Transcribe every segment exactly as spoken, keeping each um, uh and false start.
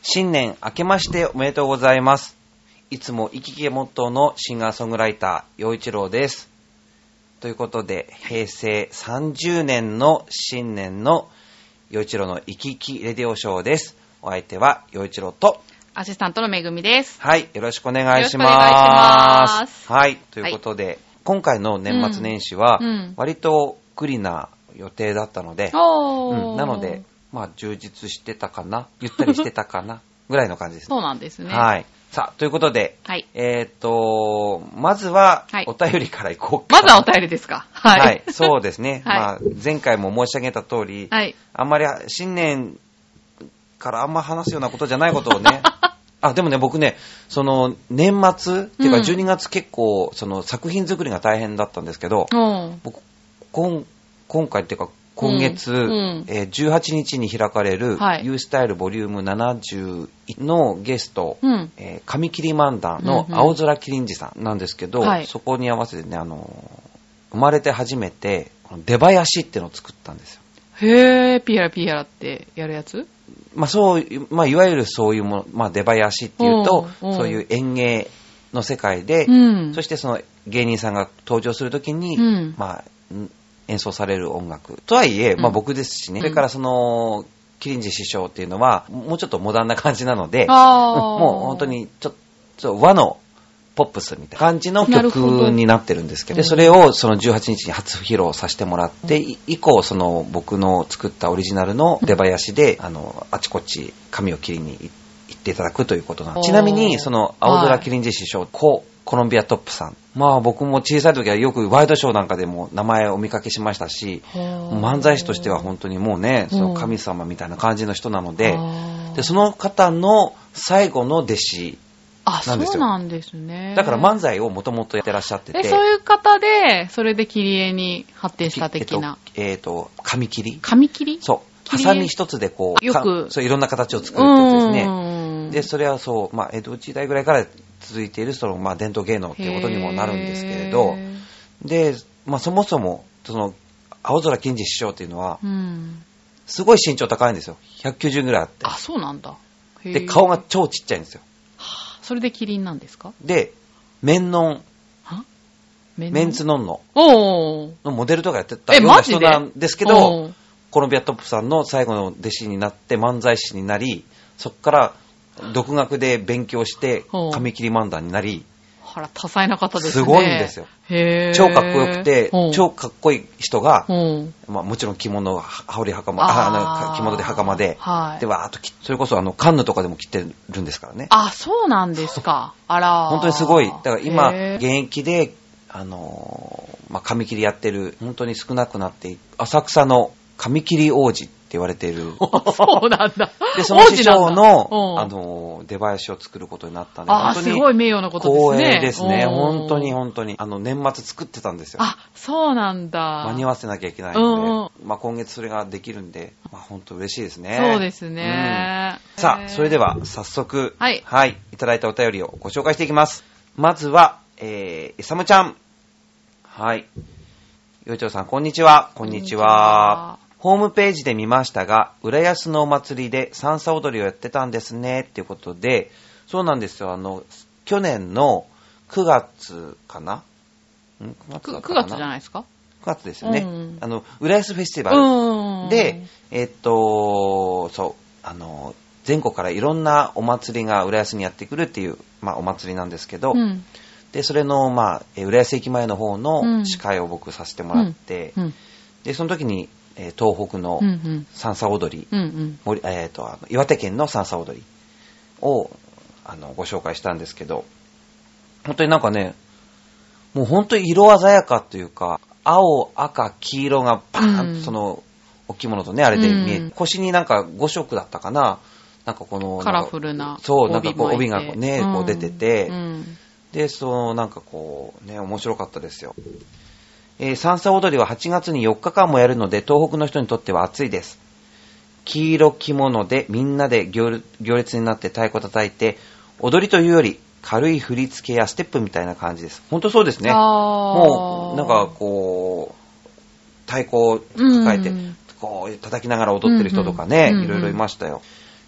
新年明けましておめでとうございます。いつも生き生きモットーのシンガーソングライター、陽一郎です。ということで、平成さんじゅうねんの新年の陽一郎の生き生きレディオショーです。お相手は陽一郎とアシスタントのめぐみです。 はい、よろしくお願いします。 よろしくお願いします。 はい、ということで、はい、今回の年末年始は割とクリな予定だったので、うんうん、なのでまあ充実してたかな、ゆったりしてたかなぐらいの感じですね。 そうなんですね。 はい。さあ、ということで、はい、えっと、まずは、お便りからいこうか、 はい。まずはお便りですか。はい。 はい、そうですね。はい、まあ、前回も申し上げた通り、はい、あんまり新年からあんま話すようなことじゃないことをね、あ、でもね、僕ね、その、年末、っていうかじゅうにがつ結構、その作品作りが大変だったんですけど、うん、僕、今、今回っていうか、今月、うんうんえー、じゅうはちにちに開かれる、はい、ユースタイルボリュームななじゅうのゲスト、うんえー、紙切り漫談の青空キリンジさんなんですけど、うんうん、そこに合わせてね、あのー、生まれて初めて、出囃子っていうのを作ったんですよ。 へー、ピヤラピヤラってやるやつ？ まあそう、まあいわゆるそういうもの、まあ出囃子っていうと、そういう演芸の世界で、うん、そしてその芸人さんが登場するときに、うん、まあ、演奏される音楽とはいえ、まあ僕ですしね、うん、それからそのキリンジ師匠っていうのはもうちょっとモダンな感じなので、うん、もう本当にちょっと和のポップスみたいな感じの曲になってるんですけど、でそれをそのじゅうはちにちに初披露させてもらって、うん、以降その僕の作ったオリジナルの出囃子で、うん、あのあちこち髪を切りに行っていただくということなんです。ちなみにその青空キリンジ師匠、ココロンビアトップさん、まあ僕も小さい時はよくワイドショーなんかでも名前をお見かけしましたし、漫才師としては本当にもうね、その神様みたいな感じの人なので、でその方の最後の弟子なんですよ。 あ、そうなんですね。 だから漫才をもともとやってらっしゃってて、 そういう方でそれで切り絵に発展した的な、 えっと、えーと紙切り紙切りそうハサミ一つでこうよくそういろんな形を作るってやつですね。でそれはそう、まあ、江戸時代ぐらいから続いているその、まあ、伝統芸能っていうことにもなるんですけれど、で、まあ、そもそもその青空金次師匠っていうのは、うん、すごい身長高いんですよ。ひゃくきゅうじゅうぐらいあって。 あ、そうなんだ。 で顔が超ちっちゃいんですよ。 はあ、それでキリンなんですか？ でメンノンメンツノンノのモデルとかやってたような人なんですけど、コロンビアトップさんの最後の弟子になって漫才師になり、そこから独学で勉強して紙切り漫談になり、 あら多彩な方ですね。 すごいんですよ。へー、超かっこよくて超かっこいい人が、まあ、もちろん着物羽織袴ああ着物で袴で、はい、でわーっとそれこそあのカンヌとかでも着てるんですからね。 あ、そうなんですか。あら本当にすごい。だから今現役であのー、まあ、紙切りやってる本当に少なくなって浅草の紙切り王子って言われている。 そうなんだ。 で、その師匠の、あの、出囃子を作ることになったんで、 あ、本当にすごい名誉なことですね。 光栄ですね。本当に本当に。あの、年末作ってたんですよ。 あ、そうなんだ。 間に合わせなきゃいけないので、まあ今月それができるんで、まあ本当嬉しいですね。 そうですね。 うん、さあ、それでは早速、はい、はい、いただいたお便りをご紹介していきます。まずは、えー、いさむちゃん。はい。よいちろうさん、こんにちは。こんにちは。ホームページで見ましたが、浦安のお祭りで三叉踊りをやってたんですね、っていうことで、そうなんですよ。あの、去年のくがつかな？ん ?くがつ だったかな？ くがつじゃないですか？ くがつですよね。うん、あの、浦安フェスティバルで、えっと、そう、あの、全国からいろんなお祭りが浦安にやってくるっていう、まあ、お祭りなんですけど、うん、で、それの、まあ、浦安駅前の方の司会を僕させてもらって、うんうん、で、その時に、東北の三叉踊り、うんうん、えー、とあの岩手県の三叉踊りをあのご紹介したんですけど、本当になんかね、もう本当に色鮮やかというか、青、赤、黄色がバーンと、うん、そのお着物とねあれで見えて、うん、腰になんかご色だったかな、なんかこのカラフルなそうなんかこう帯がね、うん、こう出てて、うん、でそのなんかこうね面白かったですよ。えー、三叉踊りははちがつによっかかんもやるので、東北の人にとっては暑いです。黄色着物でみんなで 行, 行列になって太鼓叩いて、踊りというより軽い振り付けやステップみたいな感じです。本当そうですね。もうなんかこう太鼓を抱えて、うん、こう叩きながら踊ってる人とかね、うんうん、いろいろいましたよ。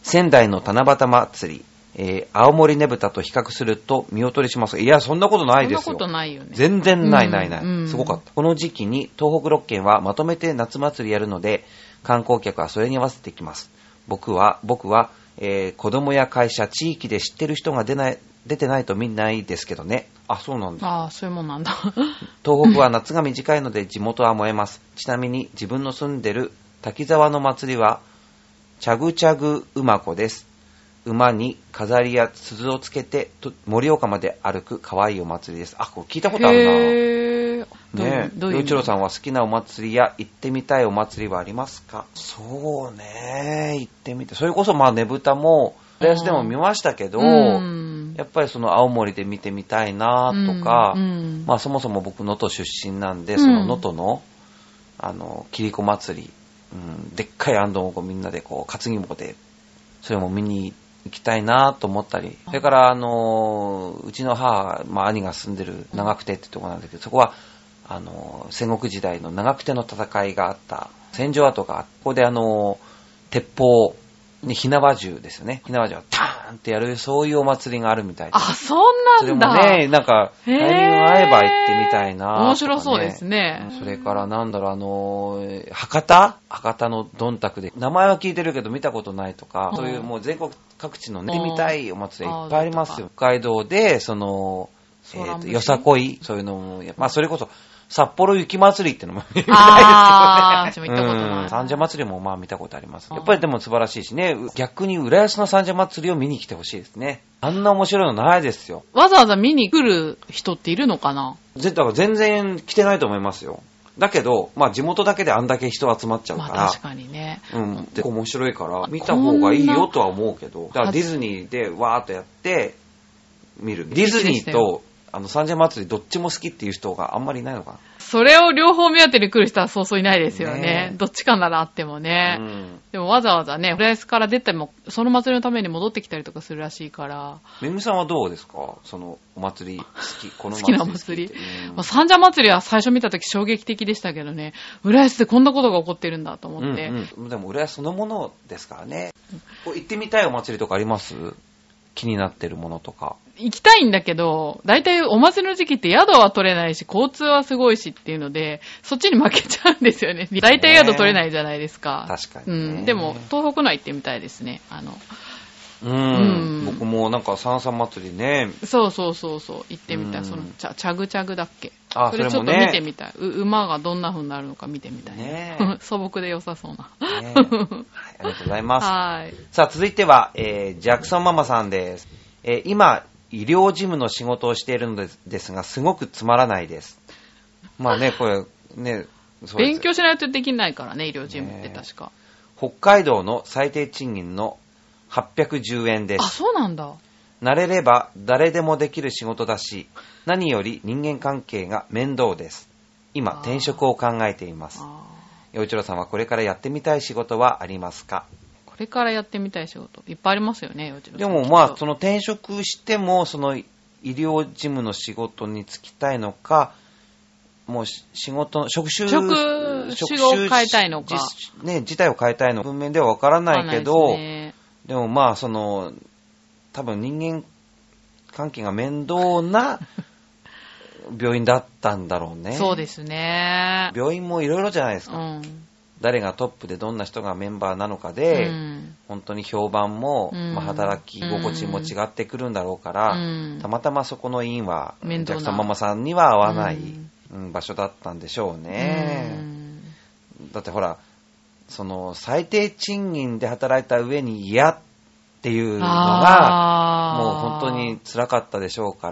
仙台の七夕祭り、えー、青森ねぶたと比較すると見劣りします。いや、そんなことないですよ。 そんなことないよね。 全然ないないない。 うん、 すごかった。この時期に東北ろっけんはまとめて夏祭りやるので、観光客はそれに合わせてきます。僕は、僕は、えー、子供や会社、地域で知ってる人が出ない、出てないと見ないですけどね。あ、そうなんだ。 ああ、そういうもんなんだ。 東北は夏が短いので地元は燃えます。ちなみに自分の住んでる滝沢の祭りは、チャグチャグ馬子です。馬に飾りや鈴をつけて盛岡まで歩く可愛いお祭りです。あ、これ聞いたことあるな。 へー。 ねえ、洋一郎さんは好きなお祭りや行ってみたいお祭りはありますか？そうね、行ってみて。それこそまあねぶたも浦安でも見ましたけど、やっぱりその青森で見てみたいなとか、うんうん、まあそもそも僕能登出身なんで、その能登のあの切子祭り、うん、でっかいあんどんをこうみんなでこう担ぎ棒でそれも見に行きたいなと思ったり、それからあのうちの母、まあ兄が住んでる長久手ってとこなんだけど、そこはあの戦国時代の長久手の戦いがあった戦場跡があって、ここであの鉄砲に火縄銃ですよね。火縄銃をターンってやる、そういうお祭りがあるみたいです。 あ、そんなんだ。 それもね、なんかタイミングが合えば行ってみたいな、ね。 面白そうですね。 それからなんだろう、あの博多博多のどんたくで名前は聞いてるけど見たことないとか、そういうもう全国各地のね見たいお祭りいっぱいありますよ。北海道でその、えー、とよさこい、そういうのも、まあそれこそ札幌雪まつりってのも見たいですけどね。 ああ、私も行ったことない。 三社祭りもまあ見たことあります。やっぱりでも素晴らしいしね、逆に浦安の三社祭りを見に来てほしいですね。あんな面白いのないですよ。 わざわざ見に来る人っているのかな？ だから全然来てないと思いますよ。だけど、まあ地元だけであんだけ人集まっちゃうから。 まあ確かにね。 うん。で、面白いから見た方がいいよとは思うけど。だからディズニーでわーっとやって見る。ディズニーとあの三社祭りどっちも好きっていう人があんまりいないのかな。 それを両方目当てに来る人はそうそういないですよね。ね、どっちかならあってもね。うん、でもわざわざね、浦安から出てもその祭りのために戻ってきたりとかするらしいから。 めぐみさんはどうですか？そのお祭り好き、この祭り好きなお祭り。うん、まあ、三社祭りは最初見た時衝撃的でしたけどね。浦安でこんなことが起こってるんだと思って。 うんうん、でも浦安そのものですからね。こう行ってみたいお祭りとかあります？気になってるものとか。 行きたいんだけど、だいたいお祭りの時期って宿は取れないし、交通はすごいしっていうので、そっちに負けちゃうんですよね。だいたい宿取れないじゃないですか。 確かに、ね。 うん。でも、東北の行ってみたいですね。あの、 うん、うん。僕もなんか三々祭りね。 そうそうそうそう。行ってみたい。その、チャ、チャグチャグだっけ？ あ、 それちょっと見てみたい。う馬がどんな風になるのか見てみたい。ね素朴で良さそうな。 ねはい、ありがとうございます。 はい。 さあ、続いては、えー、ジャクソンママさんです。えー、今、医療事務の仕事をしているのです、ですが、すごくつまらないです。まあね、これ、ね、 そう勉強しないとできないからね、医療事務って確か。 北海道の最低賃金のはっぴゃくじゅうえんです。 あ、そうなんだ。 慣れれば誰でもできる仕事だし、何より人間関係が面倒です。今、転職を考えています。陽一郎さんはこれからやってみたい仕事はありますか？ これからやってみたい仕事いっぱいありますよね、陽一郎さん。 でもまあその転職してもその医療事務の仕事に就きたいのか、もう仕事職種職種を変えたいのかね自体を変えたいのか文面ではわからないけど、で, でもまあその多分人間関係が面倒な病院だったんだろうね。 そうですね。 病院もいろいろじゃないですか。うん、誰がトップでどんな人がメンバーなのかで、うん、本当に評判も、うんまあ、働き心地も違ってくるんだろうから、うん、たまたまそこの院はジャクソンママさんには合わない、うんうん、場所だったんでしょうね。うん、だってほらその最低賃金で働いた上に嫌っていうのがもう本当に辛かったでしょうから。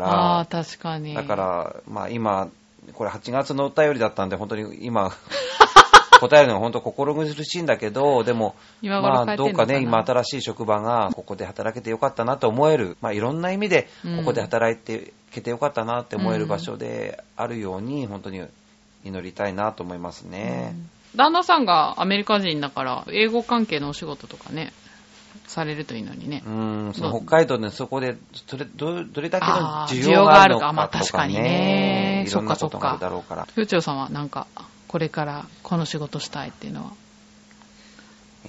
あ確かに。 だからまあ今これはちがつのお便りだったんで本当に今答えるのが本当心苦しいんだけど、でもまあどうかね今新しい職場がここで働けてよかったなと思える、まあいろんな意味でここで働いていけてよかったなって思える場所であるように本当に祈りたいなと思いますね。 うん、旦那さんがアメリカ人だから英語関係のお仕事とかねされるといいのにね。 うん、その北海道でそこでそれ ど, どれだけの需要があるのかとかね、まあ、確かにね、いろんなことがあるだろうから。 風潮さんはなんかこれからこの仕事したいっていうのは。 いや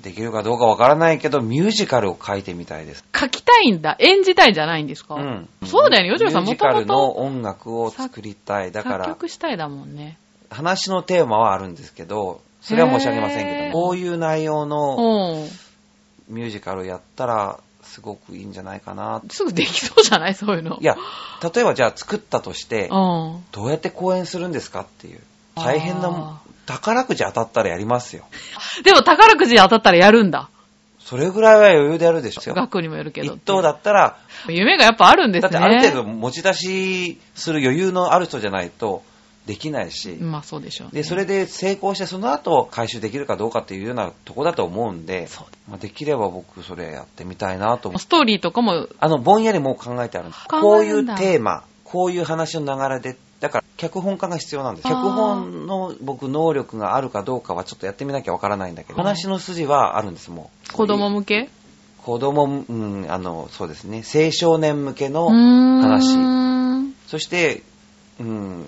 できるかどうかわからないけど、ミュージカルを書いてみたいです。 書きたいんだ。演じたいじゃないんですか？うん。そうだよね、よじろさんもともと。ミュージカルの音楽を作りたい。だから。 作曲したいだもんね。 話のテーマはあるんですけど、それは申し上げませんけど、こういう内容のミュージカルをやったら、すごくいいんじゃないかな。 すぐできそうじゃない？そういうの。 いや、例えばじゃあ作ったとして、どうやって公演するんですかっていう。大変な、宝くじ当たったらやりますよ。 でも宝くじ当たったらやるんだ。 それぐらいは余裕でやるでしょ。 学校にもよるけど。 一等だったら。 夢がやっぱあるんですね。 だってある程度持ち出しする余裕のある人じゃないとできないし。 まあそうでしょうね。 で、それで成功してその後回収できるかどうかっていうようなとこだと思うんで、そうまあ、できれば僕それやってみたいなと思う。 ストーリーとかも。 あの、ぼんやりもう考えてあるんです。こういうテーマ、こういう話の流れで、だから脚本家が必要なんです。脚本の僕能力があるかどうかはちょっとやってみなきゃわからないんだけど、話の筋はあるんです。もう子供向け子供、うん、あのそうですね、青少年向けの話、そして、うん、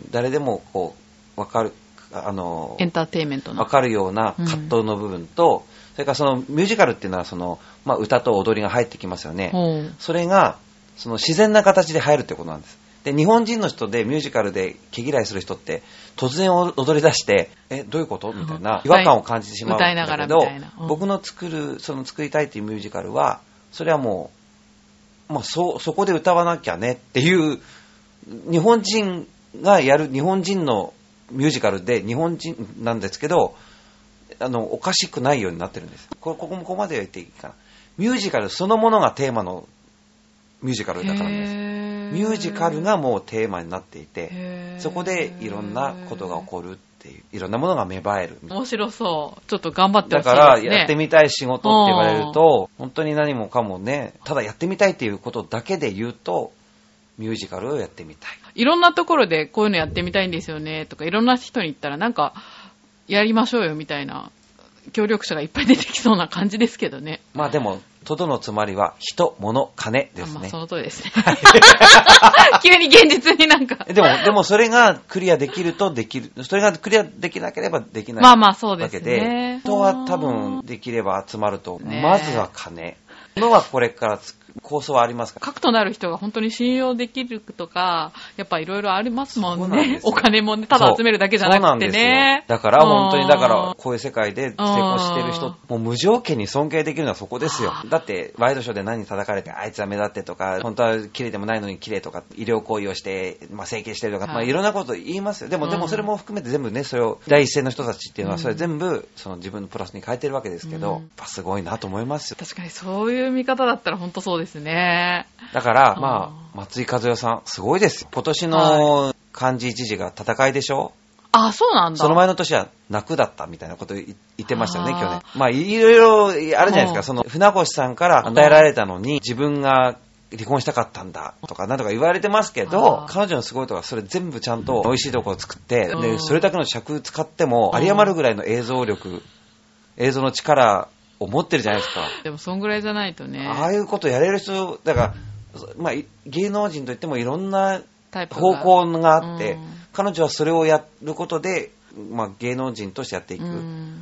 誰でもこう分かる、あのエンターテインメントの分かるような葛藤の部分と、うん、それからそのミュージカルっていうのはその、まあ、歌と踊りが入ってきますよね、うん、それがその自然な形で入るってことなんです。で、日本人の人でミュージカルで毛嫌いする人って突然踊り出してえどういうことみたいな違和感を感じてしまうんだけど、歌いながらみたいな、うん、僕の作るその作りたいっていうミュージカルはそれはもう、まあ、そ, そこで歌わなきゃねっていう日本人がやる日本人のミュージカルで日本人なんですけど、あのおかしくないようになってるんです。ここもここまでは言っていいかな。ミュージカルそのものがテーマのミュージカルだからです。ミュージカルがもうテーマになっていて、そこでいろんなことが起こるっていう、いろんなものが芽生える。 面白そう。ちょっと頑張ってほしいですね。 だからやってみたい仕事って言われると、本当に何もかもね、ただやってみたいっていうことだけで言うと、ミュージカルをやってみたい。 いろんなところでこういうのやってみたいんですよねとか、いろんな人に言ったらなんかやりましょうよみたいな協力者がいっぱい出てきそうな感じですけどね。 まあでもとどのつまりは人、物、金ですね。 まあその通りですね。急に現実になんかでもでもそれがクリアできるとできる、それがクリアできなければできない。 まあまあそうですね。 人は多分できれば集まると、まずは金。のはこれから構想はありますか？ 核となる人が本当に信用できるとか、やっぱいろいろありますもんね。お金もね、ただ集めるだけじゃなくてね。 だから本当に、だからこういう世界で成功してる人、もう無条件に尊敬できるのはそこですよ。だってワイドショーで何叩かれて、あいつは目立ってとか、本当は綺麗でもないのに綺麗とか、医療行為をして、まあ、整形してるとか、はい、まあ、いろんなこと言いますよ。でも、でもそれも含めて全部ね、それを第一線の人たちっていうのは、それ全部その自分のプラスに変えてるわけですけど、やっぱすごいなと思いますよ。 確かにそういう見方だったら本当そうですね。 だから、まあ、松井和代さん、すごいですよ。今年の漢字一字が戦いでしょ？ あ、そうなんだ。 その前の年は泣くだったみたいなこと言ってましたよね、去年。まあ、いろいろあるじゃないですか。その、船越さんから与えられたのに、自分が離婚したかったんだとか、なんとか言われてますけど、彼女のすごいところはそれ全部ちゃんと美味しいところを作って、で、それだけの尺使っても、有り余るぐらいの映像力、映像の力を持ってるじゃないですか。 でも、そんぐらいじゃないとね。 ああいうことやれる人、だから、まあ、芸能人といってもいろんな方向があって、うん、彼女はそれをやることで、まあ、芸能人としてやっていく、うん、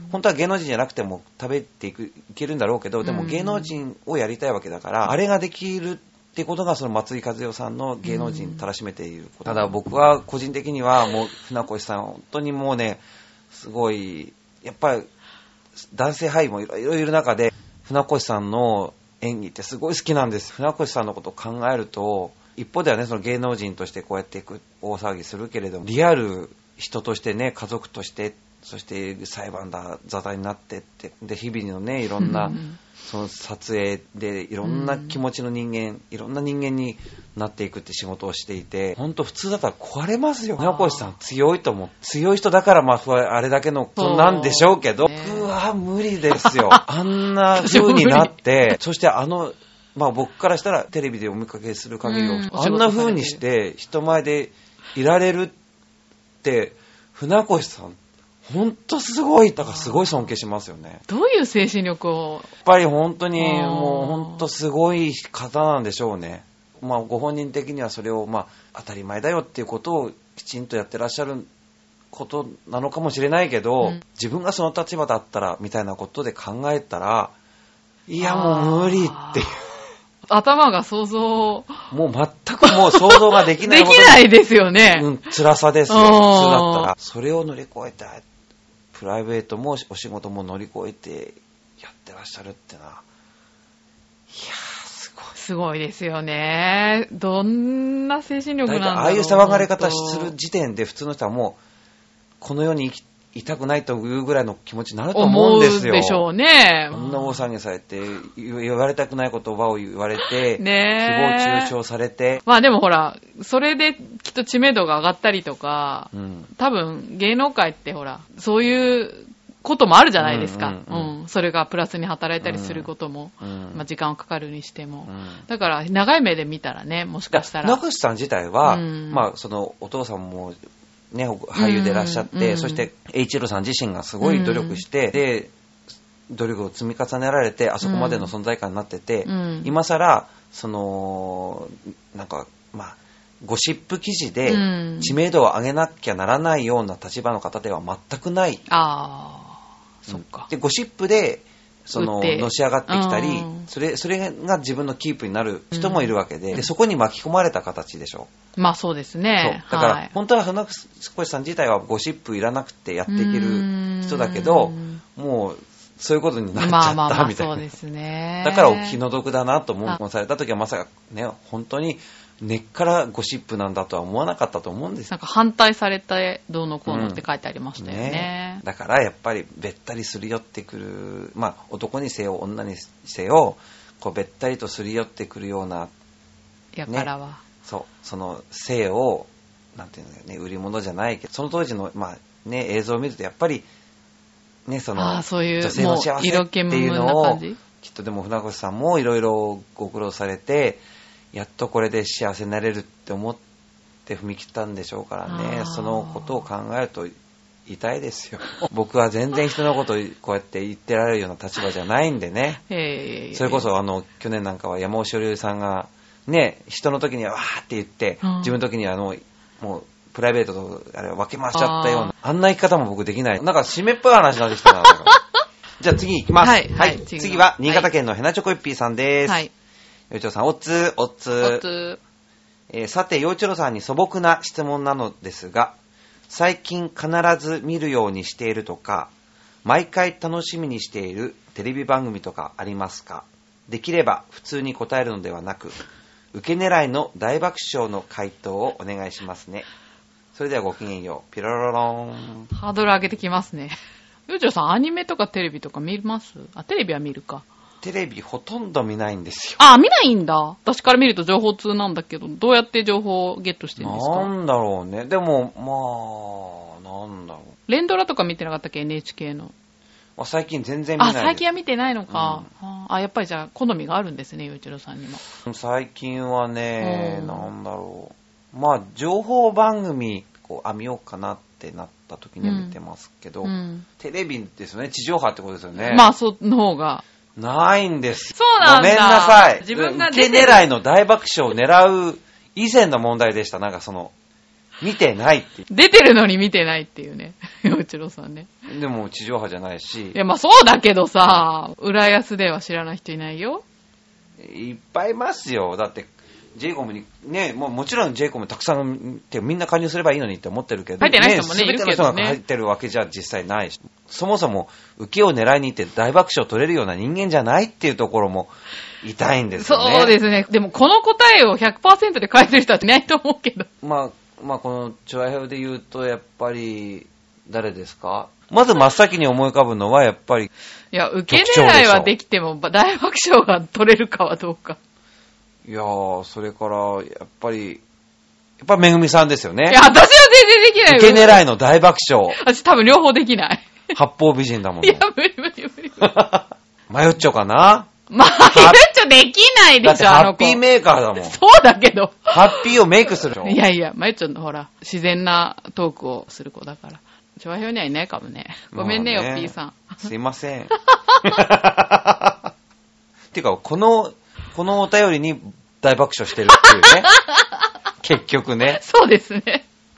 本当は芸能人じゃなくても食べていくいけるんだろうけど、でも芸能人をやりたいわけだから、うん、あれができるってことがその松井和代さんの芸能人たらしめていること、うん、ただ僕は個人的にはもう船越さん本当にもうねすごいやっぱり男性俳優もいろいろいる中で船越さんの演技ってすごい好きなんです。船越さんのことを考えると、一方ではね、その芸能人としてこうやっていく大騒ぎするけれども、リアル人としてね、家族として、そして裁判だ、沙汰になってって、で、日々のね、いろんな、その撮影でいろんな気持ちの人間、いろんな人間になっていくって仕事をしていて、ほんと普通だったら壊れますよ。船越さん強いと思う。強い人だからまああれだけのことなんでしょうけど、僕は無理ですよ。あんな風になって、そしてあの、まあ僕からしたらテレビでお見かけする限りを、あんな風にして人前でいられるって、船越さんほんとすごい、だからすごい尊敬しますよね。 どういう精神力を？ やっぱり本当にもう本当すごい方なんでしょうね。まあご本人的にはそれをまあ当たり前だよっていうことをきちんとやってらっしゃることなのかもしれないけど、うん、自分がその立場だったらみたいなことで考えたら、いやもう無理っていう。 頭が想像。 もう全くもう想像ができないできないですよね。 うん、辛さですよ。普通だったら。それを乗り越えて、プライベートもお仕事も乗り越えてやってらっしゃるってな。いやー、すごい。 すごいですよね。どんな精神力なんだろう。 ああいう騒がれ方する時点で普通の人はもう、この世に生きいたくないというぐらいの気持ちになると思うんですよ。 思うでしょうね。 こんな大騒ぎされて、言われたくない言葉を言われて、ね、誹謗中傷されて。 まあでもほら、それできっと知名度が上がったりとか、うん、多分芸能界ってほら、そういうこともあるじゃないですか。うんうんうんうん、それがプラスに働いたりすることも、うんまあ、時間をかかるにしても、うん。だから長い目で見たらね、もしかしたら。 野口さん自体は、うん、まあそのお父さんも、ね、俳優でいらっしゃって、うん、そして栄一郎さん自身がすごい努力して、うん、で努力を積み重ねられてあそこまでの存在感になってて、うん、今更そのなんかまあゴシップ記事で知名度を上げなきゃならないような立場の方では全くない。 ああ、そっか。 でゴシップでそののし上がってきたり、それそれが自分のキープになる人もいるわけで、うん、でそこに巻き込まれた形でしょ。 まあそうですね。 そうだから、はい、本当は船越さん自体はゴシップいらなくてやっていける人だけど、もうそういうことになっちゃったみたいな。まあまあまあそうですね。 だからお気の毒だなと文句された時はまさかね本当に根っからゴシップなんだとは思わなかったと思うんです。 なんか反対されてどうのこうのって書いてありましたよね。うんね、 だからやっぱりべったりすり寄ってくる、まあ男にせよ女にせよこうべったりとすり寄ってくるような、 やからは、 ね、そうその性をなんていうんだよね売り物じゃないけどその当時のまあね映像を見るとやっぱりねそのそういう女性の幸せっていうのをきっとでも船越さんもいろいろご苦労されて。やっとこれで幸せになれるって思って踏み切ったんでしょうからね。そのことを考えると痛いですよ。僕は全然人のことをこうやって言ってられるような立場じゃないんでね。それこそあの去年なんかは山尾志織さんがね人の時にはわーって言って自分の時にはあのもうプライベートとあれ分け回しちゃったような あ, あんな生き方も僕できない。なんか締めっぽい話になってきたな。じゃあ次行きます。はい。はい、次は新潟県のヘナチョコヨッピーさんです。はい。陽一郎さん、おつおつおつ、えー、さて陽一郎さんに素朴な質問なのですが、最近必ず見るようにしているとか毎回楽しみにしているテレビ番組とかありますか？できれば普通に答えるのではなく受け狙いの大爆笑の回答をお願いしますね。それではごきげんよう。ピロロロン。 ハードル上げてきますね。陽一郎さんアニメとかテレビとか見ます？あ、テレビは見るか。 テレビほとんど見ないんですよ。 あ、見ないんだ。私から見ると情報通なんだけど、どうやって情報をゲットしてるんですか？ なんだろうね。でも、まあ、なんだろう。 連ドラとか見てなかったっけ エヌエイチケー の。 あ、最近全然見ないです。 あ、最近は見てないのか。うん、あ、やっぱりじゃあ好みがあるんですね、陽一郎さんにも。 最近はね、なんだろう。まあ、情報番組、こう、あ、見ようかなってなった時には見てますけど、うんうん、テレビですよね。地上波ってことですよね。 まあ、その方が。 ないんです。 そうなんだ。 ごめんなさい。 自分が受け狙いの大爆笑を狙う以前の問題でした。なんかその、見てないっていう。 出てるのに見てないっていうね。陽一郎さんね。 でも地上波じゃないし。 いや、まあそうだけどさ、浦安では知らない人いないよ。 いっぱいいますよ。だって、ジェイコムに、ね、もうもちろん ジェイコム たくさん、みんな加入すればいいのにって思ってるけど、 入ってない人もね、いるけどね。 全ての人が入ってるわけじゃ実際ないし、そもそも受けを狙いに行って大爆笑取れるような人間じゃないっていうところも痛いんですよね。 そうですね。でもこの答えを ひゃくパーセント で返せる人はいないと思うけど。 まあ、まあこのチョアヘオで言うとやっぱり、誰ですか？まず真っ先に思い浮かぶのはやっぱり、 いや、受け狙いはできても大爆笑が取れるかはどうか。 いやー、それから、やっぱり、やっぱめぐみさんですよね。 いや、私は全然できないよ。 受け狙いの大爆笑。 私多分両方できない。 八方美人だもん。 いや、無理無理無理。 マヨッチョかな？ マヨッチョできないでしょ、あの子。 ハッピーメーカーだもん。 そうだけど。 ハッピーをメイクするでしょ。 いやいや、マヨッチョのほら、自然なトークをする子だから。調和表にはいないかもね。ごめんね、よっぴーさん。 すいません。てか、この、このお便りに大爆笑してるっていうね。結局ね。 そうですね。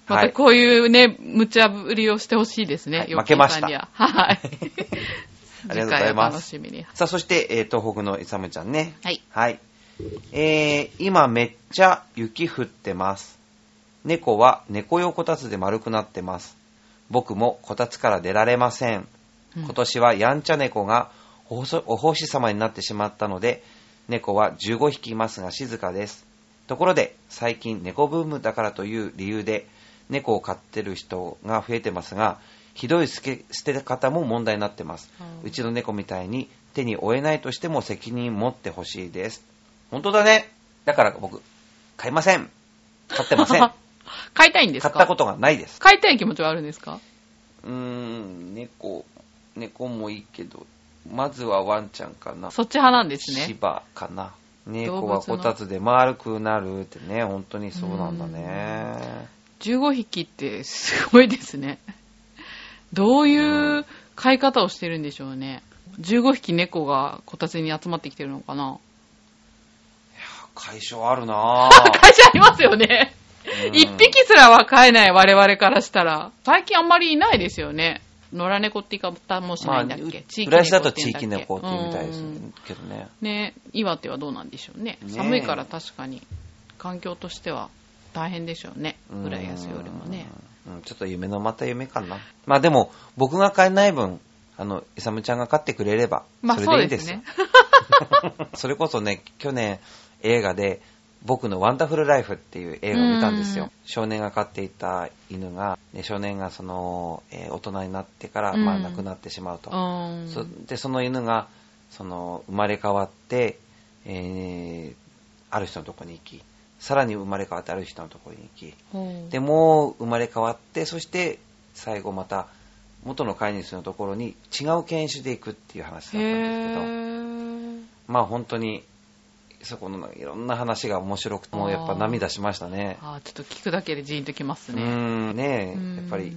またこういうね、無茶ぶりをしてほしいですね。 はい、負けました。 はい。 ありがとうございます。 楽しみに。 さあ、そして、えー、東北のイサムちゃんね。 はい。 はい。えー、今めっちゃ雪降ってます。猫は猫用こたつで丸くなってます。僕もこたつから出られません。うん、今年はやんちゃ猫がお星様になってしまったので、猫はじゅうごひきいますが静かです。ところで、最近猫ブームだからという理由で、猫を飼ってる人が増えてますが、ひどい捨て方も問題になってます。うちの猫みたいに手に負えないとしても責任持ってほしいです。本当だね。だから僕、飼いません。飼ってません。 飼いたいんですか？ 飼ったことがないです。 飼いたい気持ちはあるんですか？ うーん、猫、猫もいいけど、まずはワンちゃんかな。 そっち派なんですね。 柴かな。猫はこたつで丸くなるってね、本当にそうなんだね。 じゅうごひきってすごいですね。どういう飼い方をしてるんでしょうね。じゅうごひき猫がこたつに集まってきてるのかな。いや、 解消あるなぁ。 解消ありますよね。一匹すらは飼えない我々からしたら。最近あんまりいないですよね。野良猫って言い方もしないんだっけ、まあ、地域猫って言うんだっけ。浦安だと地域猫って言うみたいですけどね。ね、岩手はどうなんでしょうね。ね、寒いから確かに環境としては大変でしょうね。浦安よりもね。 うん、ちょっと夢のまた夢かな。まあでも僕が飼えない分、あのイサムちゃんが飼ってくれればそれでいいですよ。まあ、そうですね。それこそね、去年映画で僕のワンダフルライフっていう映画を見たんですよ。少年が飼っていた犬が、ね、少年がその、えー、大人になってから、まあ、亡くなってしまうと。そでその犬がその生まれ変わって、えー、ある人のところに行き、さらに生まれ変わってある人のところに行き、でもう生まれ変わって、そして最後また元の飼い主のところに違う犬種で行くっていう話だったんですけど、まあ本当にそこのいろんな話が面白くて、もうやっぱ涙しましたね。 ああ、ちょっと聞くだけでジーンときますね。 うーんねえ、やっぱり、うん、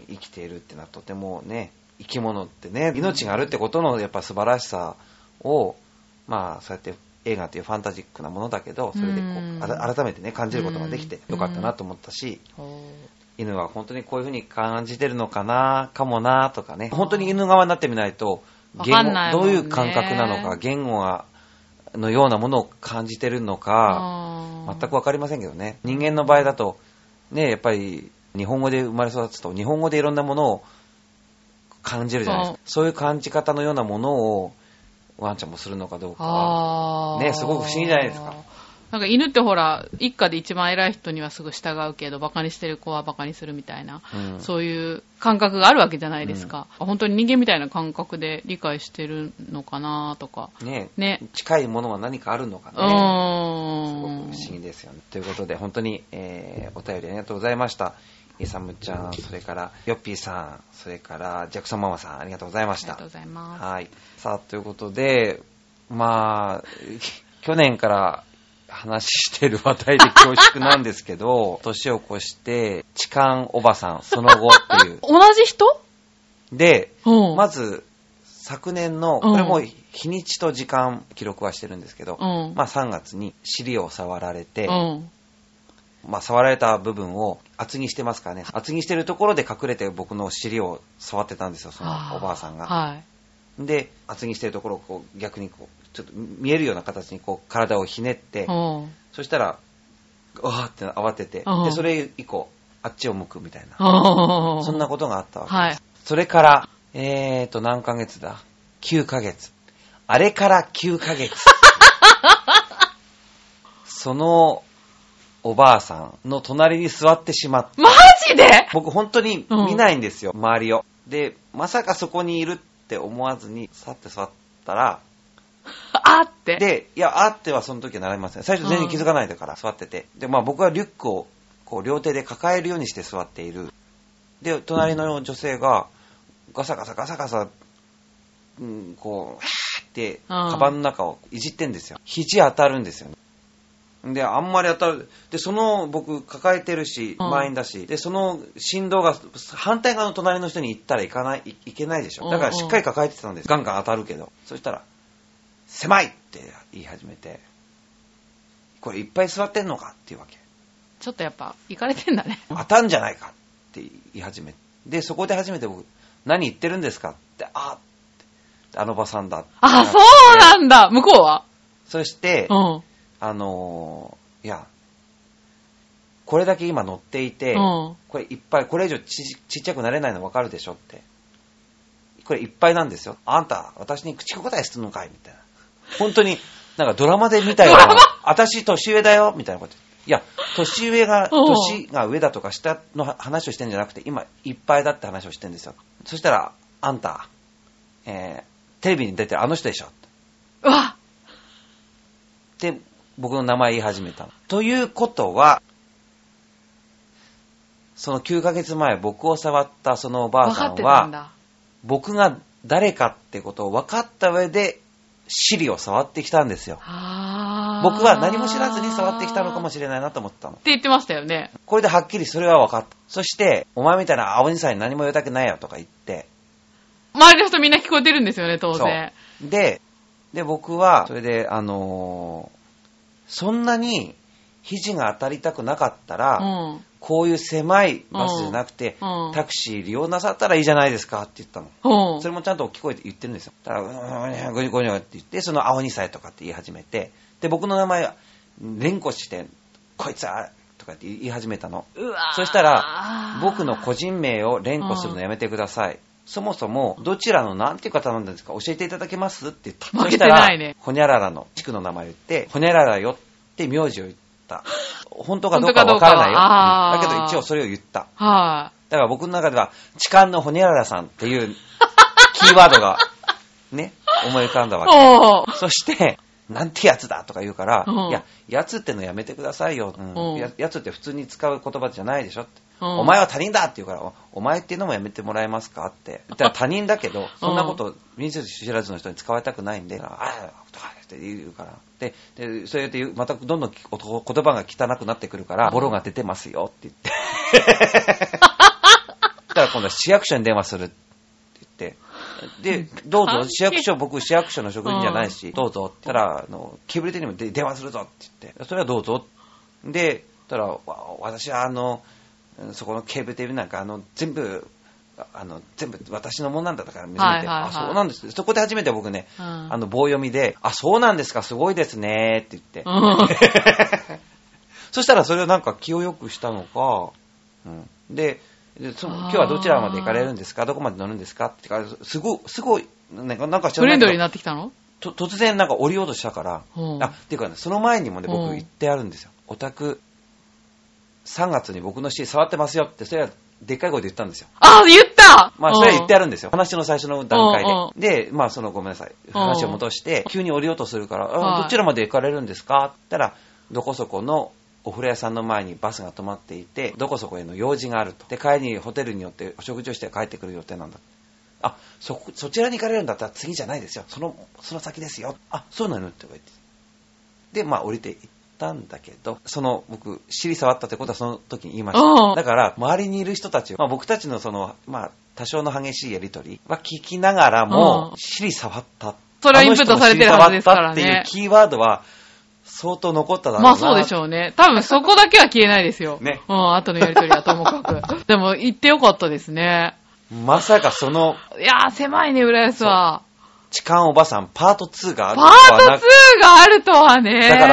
生きているってのはとてもね、生き物ってね、命があるってことのやっぱ素晴らしさを、まあそうやって映画というファンタジックなものだけど、それでこう改めてね感じることができてよかったなと思ったし、犬は本当にこういう風に感じてるのかな、かもなとかね、本当に犬側になってみないと言語、どういう感覚なのか、言語がのようなものを感じてるのか全く分かりませんけどね。人間の場合だとね、やっぱり日本語で生まれ育つと日本語でいろんなものを感じるじゃないですか。そういう感じ方のようなものをワンちゃんもするのかどうかね、すごく不思議じゃないですか。 なんか犬ってほら一家で一番偉い人にはすぐ従うけどバカにしてる子はバカにするみたいな、うん、そういう感覚があるわけじゃないですか、うん、本当に人間みたいな感覚で理解してるのかなとかね, ね近いものは何かあるのかね、すごく不思議ですよね。ということで本当に、えー、お便りありがとうございました。イサムちゃん、それからヨッピーさん、それからジャクソンママさん、ありがとうございました。 ありがとうございます。 はい。さあということで、まあ去年から話してる話題で恐縮なんですけど年を越して痴漢おばさんその後っていう同じ人で、まず昨年のこれも日にちと時間記録はしてるんですけど、まあさんがつに尻を触られて、まあ触られた部分を厚着してますからね、厚着してるところで隠れて僕の尻を触ってたんですよ、そのおばあさんが。はい、で厚着してるところをこう逆にこうちょっと見えるような形にこう体をひねって、そしたらうわーって慌てて、でそれ以降あっちを向くみたいな、そんなことがあったわけです、はい、それからえーと何ヶ月だきゅうかげつ、あれからきゅうかげつそのおばあさんの隣に座ってしまった。 マジで？ 僕本当に見ないんですよ、うん、周りを。でまさかそこにいるって思わずにさって座ったらあって。 で、いや、あってはその時はなりません。最初全然気づかないでから座ってて。で、まあ僕はリュックをこう両手で抱えるようにして座っている。で、隣の女性がガサガサガサガサ、うん、こう、はーって、カバンの中をいじってんですよ。肘当たるんですよね。で、あんまり当たる。で、その僕抱えてるし、満員だし。で、その振動が反対側の隣の人に行ったら行かない、い, いけないでしょ。だからしっかり抱えてたんです。ガンガン当たるけど。そしたら、狭いって言い始めて、これいっぱい座ってんのかっていうわけ。 ちょっとやっぱ、行かれてんだね。 当たんじゃないかって言い始めて。で、そこで初めて僕、何言ってるんですかって、ああのおばさんだ。 あ、そうなんだ。向こうはそして、うん、あのー、いや、これだけ今乗っていて、うん、これいっぱい、これ以上 ち, ちっちゃくなれないの分かるでしょって。これいっぱいなんですよ。あんた、私に口答えするのかいみたいな。本当に、なんかドラマで見たような、私年上だよみたいなこと。いや、年上が、年が上だとか下の話をしてるんじゃなくて、今いっぱいだって話をしてるんですよ。そしたら、あんた、えー、テレビに出てるあの人でしょ。 うわで、僕の名前言い始めたの。ということは、そのきゅうかげつまえ僕を触ったそのおばあさんは、僕が誰かってことを分かった上で、尻を触ってきたんですよ。僕は何も知らずに触ってきたのかもしれないなと思ったの。 って言ってましたよね。 これではっきりそれが分かった。そして、お前みたいな青兄さんに何も言いたくないよとか言って、 周りの人みんな聞こえてるんですよね、当然。 で、で、僕は、それで、あのー、そんなに肘が当たりたくなかったら、うん、こういう狭いバスじゃなくて、うん、タクシー利用なさったらいいじゃないですかって言ったの。うん、それもちゃんと聞こえて言ってるんですよ。だから、うーん、ゴニゴニって言って、その青にさいとかって言い始めて、で、僕の名前は連呼して、こいつは、とかって言い始めたの。うわそしたら、僕の個人名を連呼するのやめてください。そもそも、どちらのなんていう方なんですか教えていただけますって言った。そしたら、ほにゃららの地区の名前を言って、ほにゃららよって名字を言った。本当かどうかわからないよ。だけど一応それを言った。はい。だから僕の中では、痴漢のほにゃららさんっていうキーワードが、ね、思い浮かんだわけ。そして、なんてやつだとか言うから、うん、いや、やつってのやめてくださいよ、うんうんや。やつって普通に使う言葉じゃないでしょって。うん、お前は他人だって言うから、お前っていうのもやめてもらえますかって。だから他人だけど、そんなこと見ず知らずの人に使われたくないんで、ああ、とかって言うから。で、でそうやってまたどんどん言葉が汚くなってくるから、ボロが出てますよって言って。だから今度は市役所に電話するって言って。で、どうぞ、市役所、僕市役所の職員じゃないし、うん、どうぞって言ったら、あの、ケーブルテレビに電話するぞって言って、それはどうぞ。で、たら、私はあの、そこのケーブルテレビなんか、あの、全部、あの、全部私のものなんだから見せて、はいはいはい、あ、そうなんです。そこで初めて僕ね、うん、あの、棒読みで、あ、そうなんですか、すごいですね、って言って。うん、そしたらそれをなんか気を良くしたのか、うん、で、でその今日はどちらまで行かれるんですかどこまで乗るんですかってかすごい、すごい、なんか、なんかフレンドリーになってきたのと突然なんか降りようとしたから、うん、あ、っていうかね、その前にもね、僕言ってあるんですよ。お宅、さんがつに僕の尻触ってますよって、それはでっかい声で言ったんですよ。 あ、言ったまあ、それは言ってあるんですよ。話の最初の段階で。で、まあ、その、ごめんなさい。話を戻して、急に降りようとするから、あ、どちらまで行かれるんですかって言ったら、どこそこの、お風呂屋さんの前にバスが止まっていて、どこそこへの用事があると。で、帰りにホテルによってお食事をして帰ってくる予定なんだ。あ、そ、そちらに行かれるんだったら次じゃないですよ。その、その先ですよ。あ、そうなのって言って。で、まあ降りて行ったんだけど、その、僕、尻触ったってことはその時に言いました。だから、周りにいる人たちは、まあ僕たちのその、まあ、多少の激しいやりとりは聞きながらも、尻触った。 それはインプットされてるはずですからね。 っていうキーワードは、相当残っただろうな。 まあそうでしょうね。多分そこだけは消えないですよ。ね。うん、後のやりとりはともかく。でも行ってよかったですね。 まさかその。 いやー、狭いね、浦安は。 痴漢おばさんパートツーがあるとはな。パートツーがあるとはね。 だから、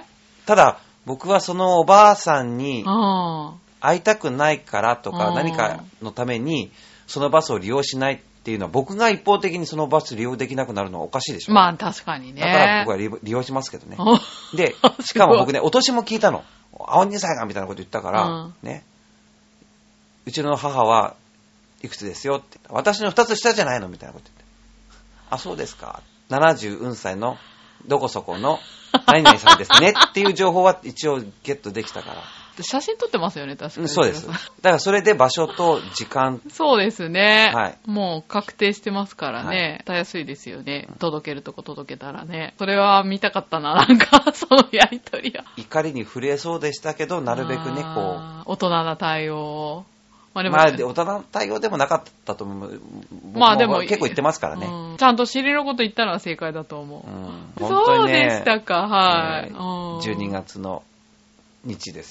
ただ僕はそのおばあさんに会いたくないからとか何かのためにそのバスを利用しないっていうのは僕が一方的にそのバス利用できなくなるのはおかしいでしょ。 まあ確かにね。 だから僕は利用しますけどね。で、しかも僕ね、お年も聞いたの。青にさいがみたいなこと言ったから、うん、ね。うちの母はいくつですよって。私の二つ下じゃないのみたいなこと言って。あ、そうですか。ななじゅううんさいのどこそこの何々さんですねっていう情報は一応ゲットできたから。 写真撮ってますよね、確かに。 そうです。だからそれで場所と時間。 そうですね。はい。もう確定してますからね。はい、たやすいですよね。届けるとこ届けたらね。それは見たかったな、なんか、そのやりとりは。 怒りに触れそうでしたけど、なるべくね、こう。 大人な対応を。 まあ、でもまあ、大人の対応でもなかったと思う。まあでも結構言ってますからね、 うん。ちゃんと尻のこと言ったのは正解だと思う。うん、本当にね、そうでしたか、はい。 えー、じゅうにがつの日ですよ。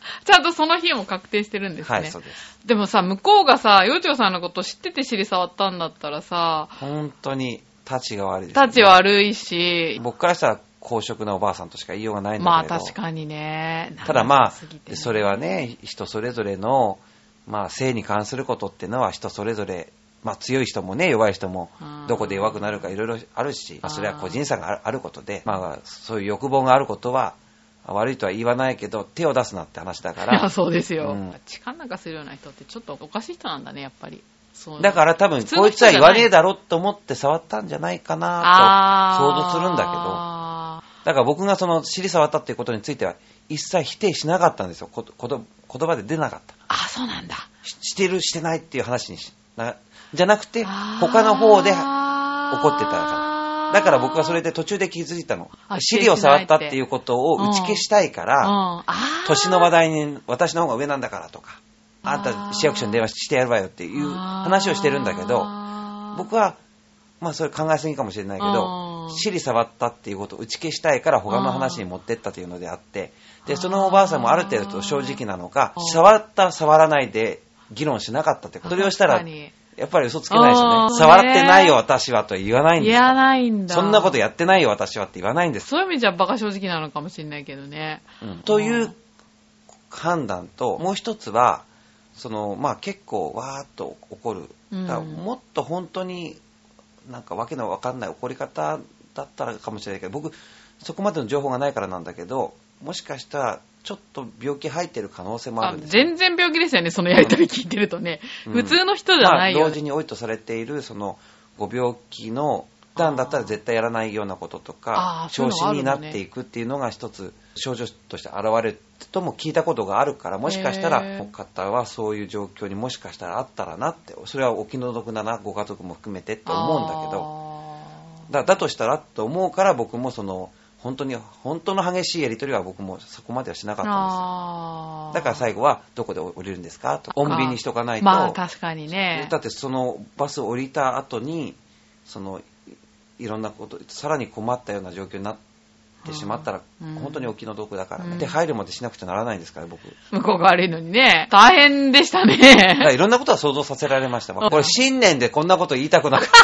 ちゃんとその日も確定してるんですね。 はい、そうです。 でもさ、向こうがさ、幼鳥さんのこと知ってて尻触ったんだったらさ、 本当に、タチが悪いです、ね。 タチ悪いし、 僕からしたら公職なおばあさんとしか言いようがないんだけど。 まあ確かにね。 ただまあ、それはね、人それぞれの、まあ性に関することっていうのは人それぞれ、まあ強い人もね、弱い人も、どこで弱くなるかいろいろあるし、まあ、それは個人差があることで、まあそういう欲望があることは、悪いとは言わないけど、手を出すなって話だから。 いや、そうですよ。うん、痴漢なんかするような人ってちょっとおかしい人なんだね、やっぱり。そうだから多分、こいつは言わねえだろと思って触ったんじゃないかなと想像するんだけど、だから僕がその尻触ったっていうことについては一切否定しなかったんですよ。こ言葉で出なかった。 あ、そうなんだ。 し, してるしてないっていう話にしな、じゃなくて他の方で怒ってたから。だから僕はそれで途中で気づいたの。尻を触ったっていうことを打ち消したいから、うんうん、年の話題に私の方が上なんだからとか、あんた市役所に電話してやるわよっていう話をしてるんだけど、僕は、まあそれ考えすぎかもしれないけど、尻触ったっていうことを打ち消したいから他の話に持ってったっていうのであって、で、そのおばあさんもある程度正直なのか、触った触らないで議論しなかったってこと。それをしたら、やっぱり嘘つけないしね。触ってないよ私はとは言わないんですよ。 言わないんだ。 そんなことやってないよ私はって言わないんです。 そういう意味じゃバカ正直なのかもしれないけどね。 うん、という判断と、もう一つは、その、まあ結構わーっと怒る。だからもっと本当になんかわけのわかんない怒り方だったらかもしれないけど、僕、そこまでの情報がないからなんだけど、もしかしたら、ちょっと病気入ってる可能性もあるんですよ。 全然病気ですよね、そのやりとり聞いてるとね。うん、普通の人じゃないよ、ね。 まあ、同時に多いとされている、その、ご病気の、普段だったら絶対やらないようなこととか、調子になっていくっていうのが一つ、症状として現れるとも聞いたことがあるから、もしかしたら、この方はそういう状況にもしかしたらあったらなって、それはお気の毒だな、ご家族も含めてって思うんだけど、だ, だとしたらと思うから僕もその、本当に、本当の激しいやり取りは僕もそこまではしなかったんですよ。だから最後は、どこで降りるんですかと。穏便にしとかないと。 まあ確かにね。 だってそのバス降りた後に、その、いろんなこと、さらに困ったような状況になってしまったら、うん、本当にお気の毒だから、ね。うん、で、入るまでしなくちゃならないんですから、僕。 向こうが悪いのにね。大変でしたね。 だからいろんなことは想像させられました。これ新年でこんなこと言いたくなかった。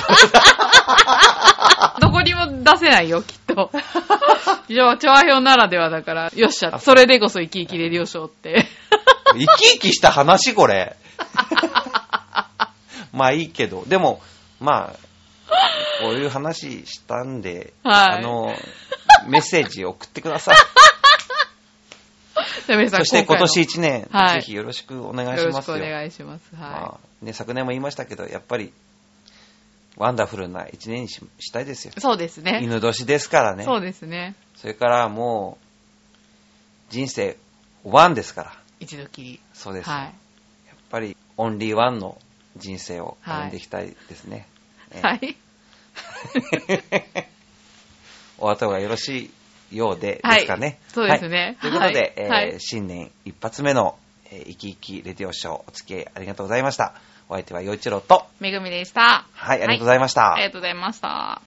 どこにも出せないよ、きっと。非常調和表ならではだから、よっしゃ、それでこそ生き生きレディオショーって。 生き生きした話これ。まあいいけど、でも、まあ、こういう話したんで、はい、あの、メッセージ送ってください。そして今年一年、はい、ぜひよろしくお願いしますよ。よろしくお願いします。はい。まあね、昨年も言いましたけど、やっぱり、ワンダフルな一年に し, したいですよ。 そうですね。 犬年ですからね。 そうですね。 それからもう、人生ワンですから。 一度きり。 そうです、はい。やっぱり、オンリーワンの人生を歩んでいきたいですね。 はい。ね、 お後がよろしいようでですかね。はい、 そうですね。 はい、ということで、はいえーはい、新年一発目の、えー、生き生きレディオショー、お付き合いありがとうございました。お相手は陽一郎とめぐみでした。 はい、ありがとうございました。 ありがとうございました。